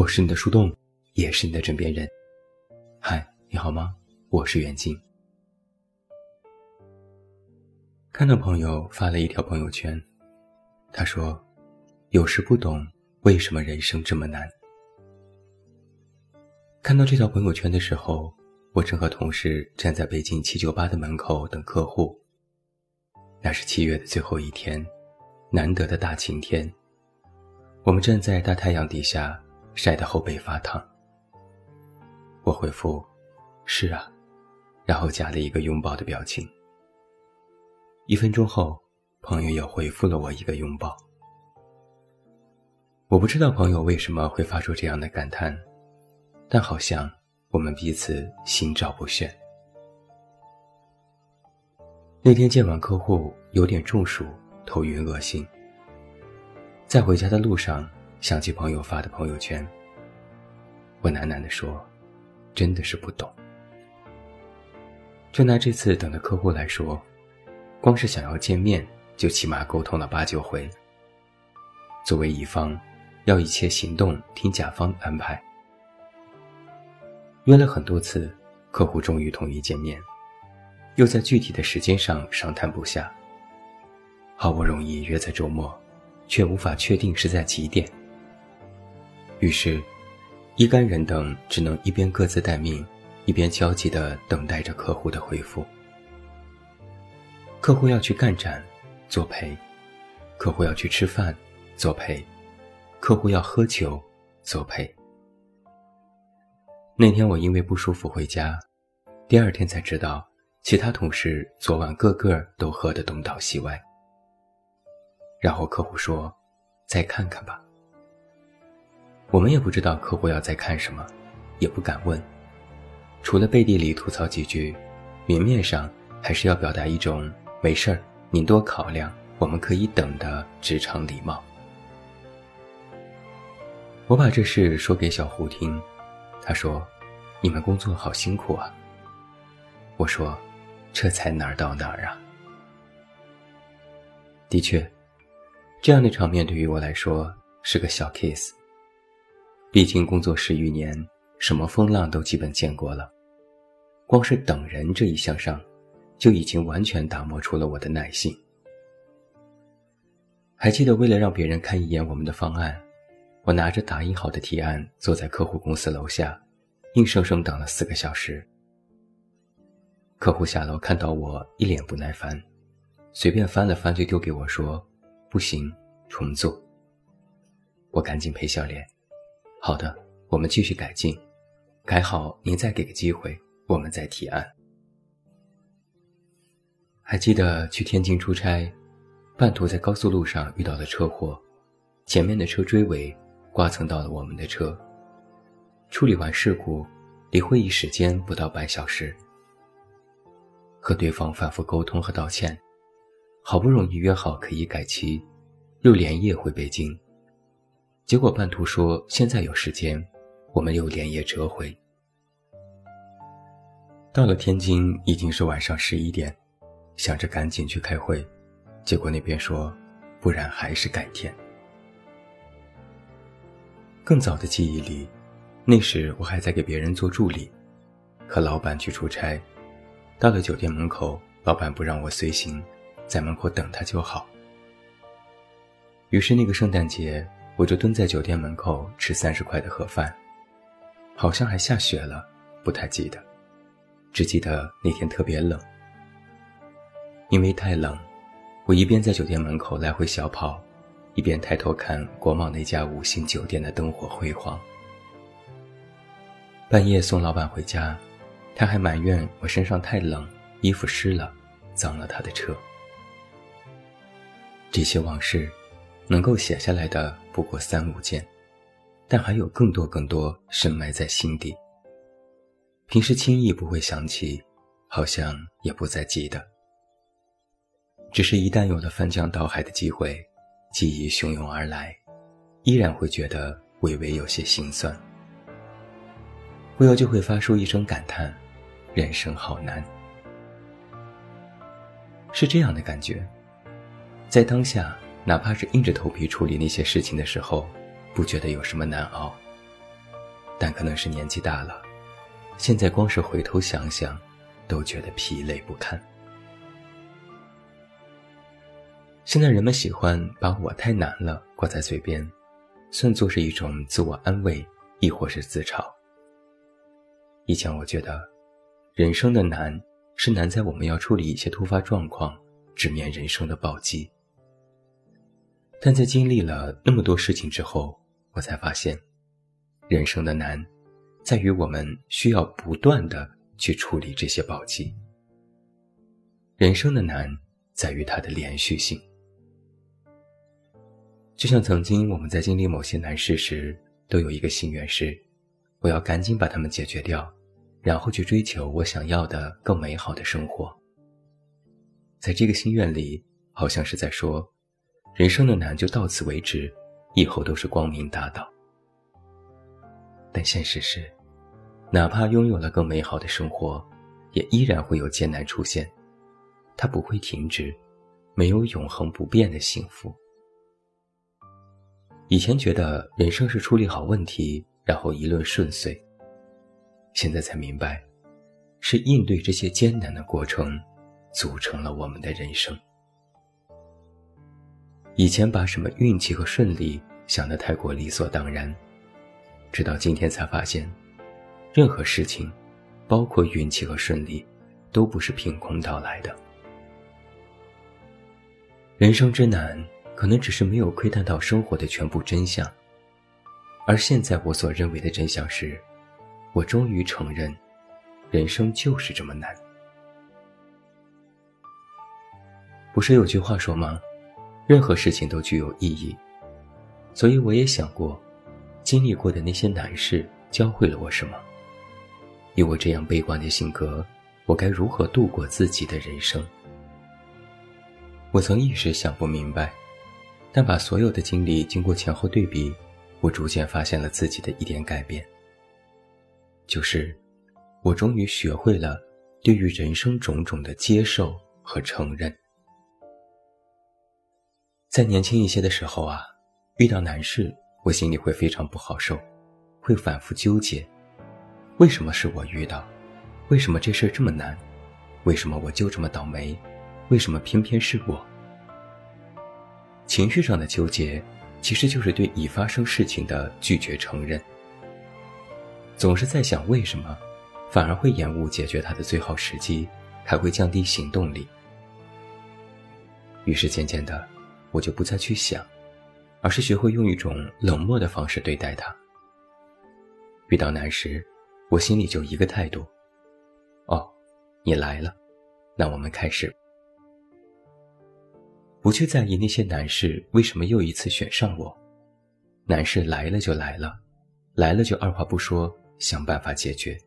我是你的树洞，也是你的枕边人。嗨，你好吗？我是袁静。看到朋友发了一条朋友圈，他说有时不懂为什么人生这么难。看到这条朋友圈的时候，我正和同事站在北京798的门口等客户。那是7月的最后一天，难得的大晴天，我们站在大太阳底下，晒得后背发烫。我回复是啊，然后加了一个拥抱的表情。1分钟后，朋友又回复了我一个拥抱。我不知道朋友为什么会发出这样的感叹，但好像我们彼此心照不宣。那天见完客户，有点中暑，头晕恶心。在回家的路上，想起朋友发的朋友圈，我喃喃地说，真的是不懂。就拿这次等的客户来说，光是想要见面，就起码沟通了8、9回。作为乙方，要一切行动听甲方的安排。约了很多次，客户终于同意见面，又在具体的时间上商谈不下。好不容易约在周末，却无法确定是在几点。于是一干人等只能一边各自待命，一边焦急地等待着客户的回复。客户要去干展，作陪；客户要去吃饭，作陪；客户要喝酒，作陪。那天我因为不舒服回家，第2天才知道其他同事昨晚个个都喝得东倒西歪。然后客户说，再看看吧。我们也不知道客户要再看什么，也不敢问，除了背地里吐槽几句，明面上还是要表达一种没事儿，您多考量，我们可以等的职场礼貌。我把这事说给小胡听，他说，你们工作好辛苦啊。我说，这才哪儿到哪儿啊。的确，这样的场面对于我来说是个小 case。毕竟工作10余年，什么风浪都基本见过了，光是等人这一项上，就已经完全打磨出了我的耐性。还记得为了让别人看一眼我们的方案，我拿着打印好的提案坐在客户公司楼下，硬生生等了4个小时。客户下楼看到我一脸不耐烦，随便翻了翻就丢给我说，不行，重做。我赶紧陪笑脸，好的，我们继续改进，改好您再给个机会，我们再提案。还记得去天津出差，半途在高速路上遇到了车祸，前面的车追尾，刮蹭到了我们的车。处理完事故，离会议时间不到半小时。和对方反复沟通和道歉，好不容易约好可以改期，又连夜回北京。结果半途说现在有时间，我们又连夜折回。到了天津已经是晚上11点，想着赶紧去开会，结果那边说不然还是改天。更早的记忆里，那时我还在给别人做助理，和老板去出差，到了酒店门口，老板不让我随行，在门口等他就好。于是那个圣诞节，我就蹲在酒店门口吃30块的盒饭，好像还下雪了，不太记得，只记得那天特别冷。因为太冷，我一边在酒店门口来回小跑，一边抬头看国贸那家5星酒店的灯火辉煌。半夜送老板回家，他还埋怨我身上太冷，衣服湿了，脏了他的车。这些往事能够写下来的不过3、5件，但还有更多深埋在心底。平时轻易不会想起，好像也不再记得。只是一旦有了翻江倒海的机会，记忆汹涌而来，依然会觉得微微有些心酸。不由就会发出一声感叹，人生好难。是这样的感觉，在当下哪怕是硬着头皮处理那些事情的时候，不觉得有什么难熬， 但可能是年纪大了，现在光是回头想想，都觉得疲累不堪。现在人们喜欢把我太难了挂在嘴边，算作是一种自我安慰，亦或是自嘲。以前我觉得人生的难是难在我们要处理一些突发状况，直面人生的暴击。但在经历了那么多事情之后，我才发现人生的难在于我们需要不断地去处理这些暴击。人生的难在于它的连续性。就像曾经我们在经历某些难事时，都有一个心愿是，我要赶紧把它们解决掉，然后去追求我想要的更美好的生活。在这个心愿里，好像是在说，人生的难就到此为止，以后都是光明大道。但现实是，哪怕拥有了更美好的生活，也依然会有艰难出现，它不会停止，没有永恒不变的幸福。以前觉得人生是处理好问题，然后一路顺遂，现在才明白，是应对这些艰难的过程，组成了我们的人生。以前把什么运气和顺利想得太过理所当然，直到今天才发现，任何事情，包括运气和顺利，都不是凭空到来的。人生之难，可能只是没有窥探到生活的全部真相，而现在我所认为的真相是，我终于承认，人生就是这么难。不是有句话说吗？任何事情都具有意义。所以我也想过，经历过的那些难事教会了我什么？以我这样悲观的性格，我该如何度过自己的人生？我曾一时想不明白，但把所有的经历经过前后对比，我逐渐发现了自己的一点改变，就是我终于学会了对于人生种种的接受和承认。在年轻一些的时候啊，遇到难事，我心里会非常不好受，会反复纠结，为什么是我遇到？为什么这事这么难？为什么我就这么倒霉？为什么偏偏是我？情绪上的纠结，其实就是对已发生事情的拒绝承认。总是在想为什么，反而会延误解决它的最好时机，还会降低行动力。于是渐渐的，我就不再去想，而是学会用一种冷漠的方式对待它。遇到难时，我心里就一个态度，哦，你来了，那我们开始。不去在意那些难事为什么又一次选上我，难事来了就来了，来了就二话不说，想办法解决。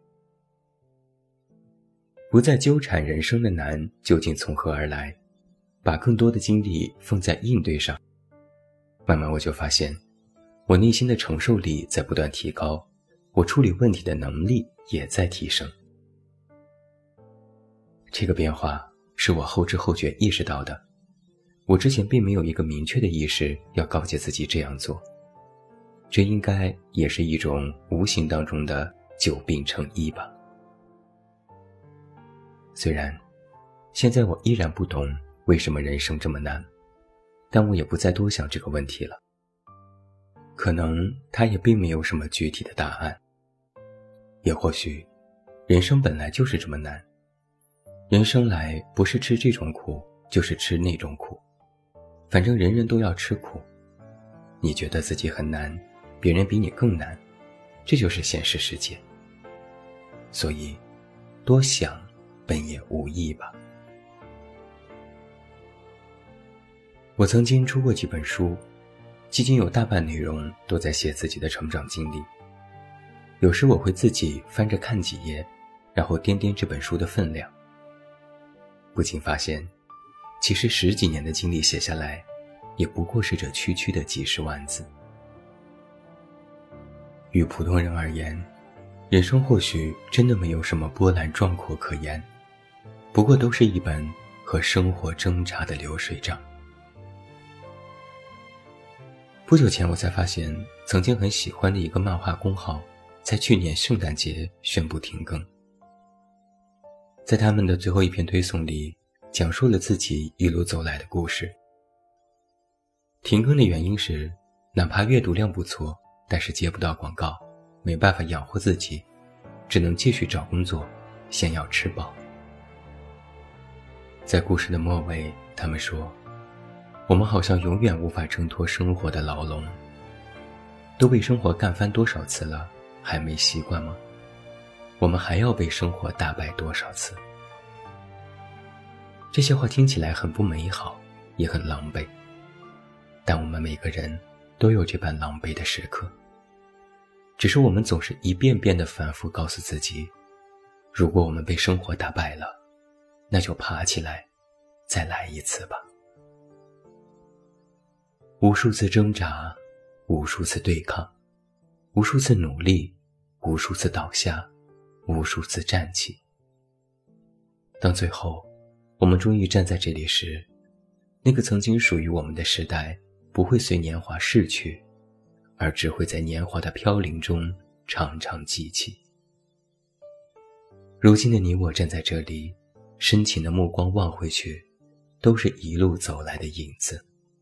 不再纠缠人生的难究竟从何而来，把更多的精力放在应对上。慢慢我就发现，我内心的承受力在不断提高，我处理问题的能力也在提升。这个变化是我后知后觉意识到的，我之前并没有一个明确的意识要告诫自己这样做，这应该也是一种无形当中的久病成医吧。虽然现在我依然不懂为什么人生这么难，但我也不再多想这个问题了。可能它也并没有什么具体的答案，也或许人生本来就是这么难，人生来不是吃这种苦，就是吃那种苦，反正人人都要吃苦。你觉得自己很难，别人比你更难，这就是现实世界。所以多想本也无益吧。我曾经出过几本书，基金有大半内容都在写自己的成长经历。有时我会自己翻着看几页，然后掂掂这本书的分量，不禁发现，其实10几年的经历写下来，也不过是这区区的几十万字。与普通人而言，人生或许真的没有什么波澜壮阔可言，不过都是一本和生活挣扎的流水账。不久前我才发现，曾经很喜欢的一个漫画公号在去年圣诞节宣布停更。在他们的最后一篇推送里，讲述了自己一路走来的故事。停更的原因是，哪怕阅读量不错，但是接不到广告，没办法养活自己，只能继续找工作，先要吃饱。在故事的末尾，他们说，我们好像永远无法挣脱生活的牢笼，都被生活干翻多少次了，还没习惯吗？我们还要被生活打败多少次？这些话听起来很不美好，也很狼狈，但我们每个人都有这般狼狈的时刻，只是我们总是一遍遍地反复告诉自己，如果我们被生活打败了，那就爬起来，再来一次吧。无数次挣扎，无数次对抗，无数次努力，无数次倒下，无数次站起。当最后我们终于站在这里时，那个曾经属于我们的时代不会随年华逝去，而只会在年华的飘零中常常记起。如今的你我站在这里，深情的目光望回去，都是一路走来的影子。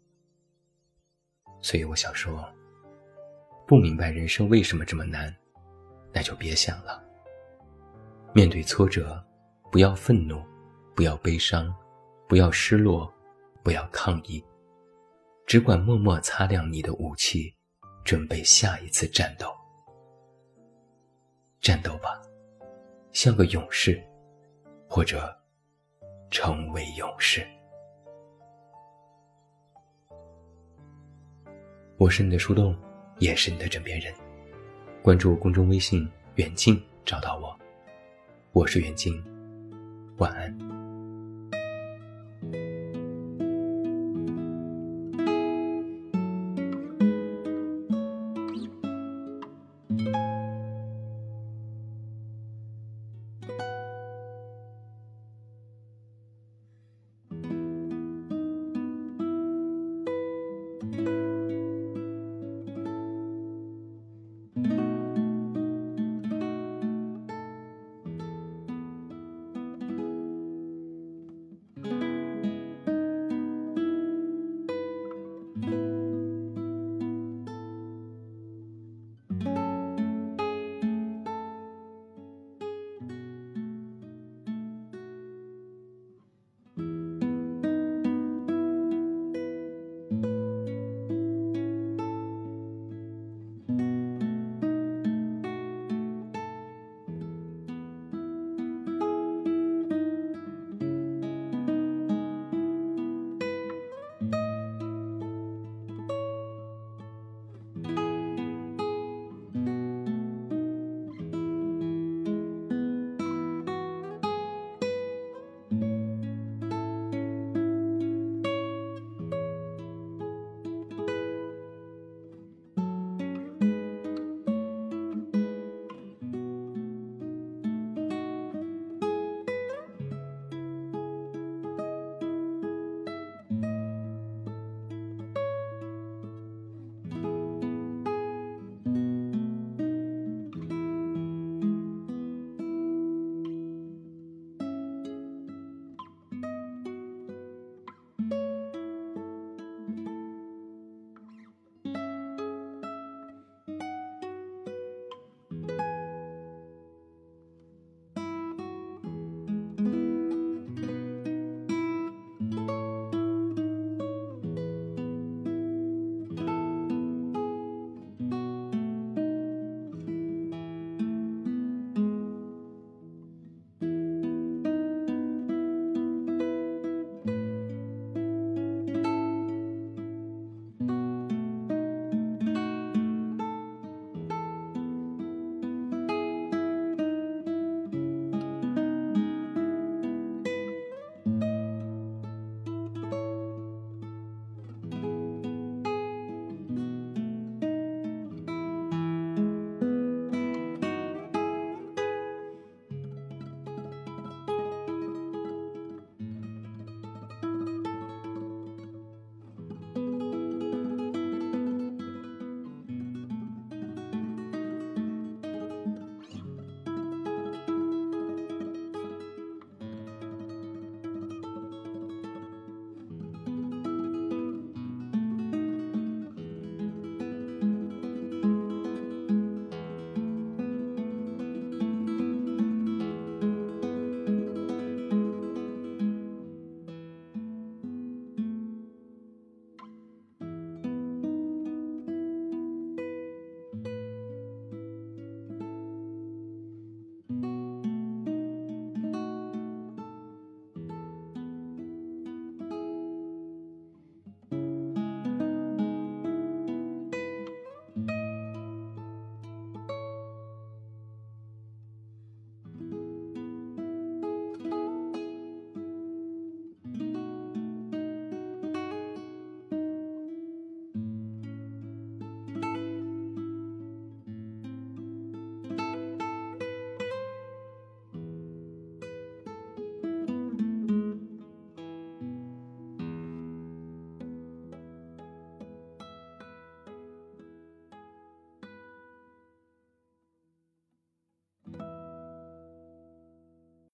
所以我想说，不明白人生为什么这么难，那就别想了。面对挫折，不要愤怒，不要悲伤，不要失落，不要抗议，只管默默擦亮你的武器，准备下一次战斗。战斗吧，像个勇士，或者成为勇士。我是你的树洞，也是你的枕边人。关注公众微信远近找到我，我是远近，晚安。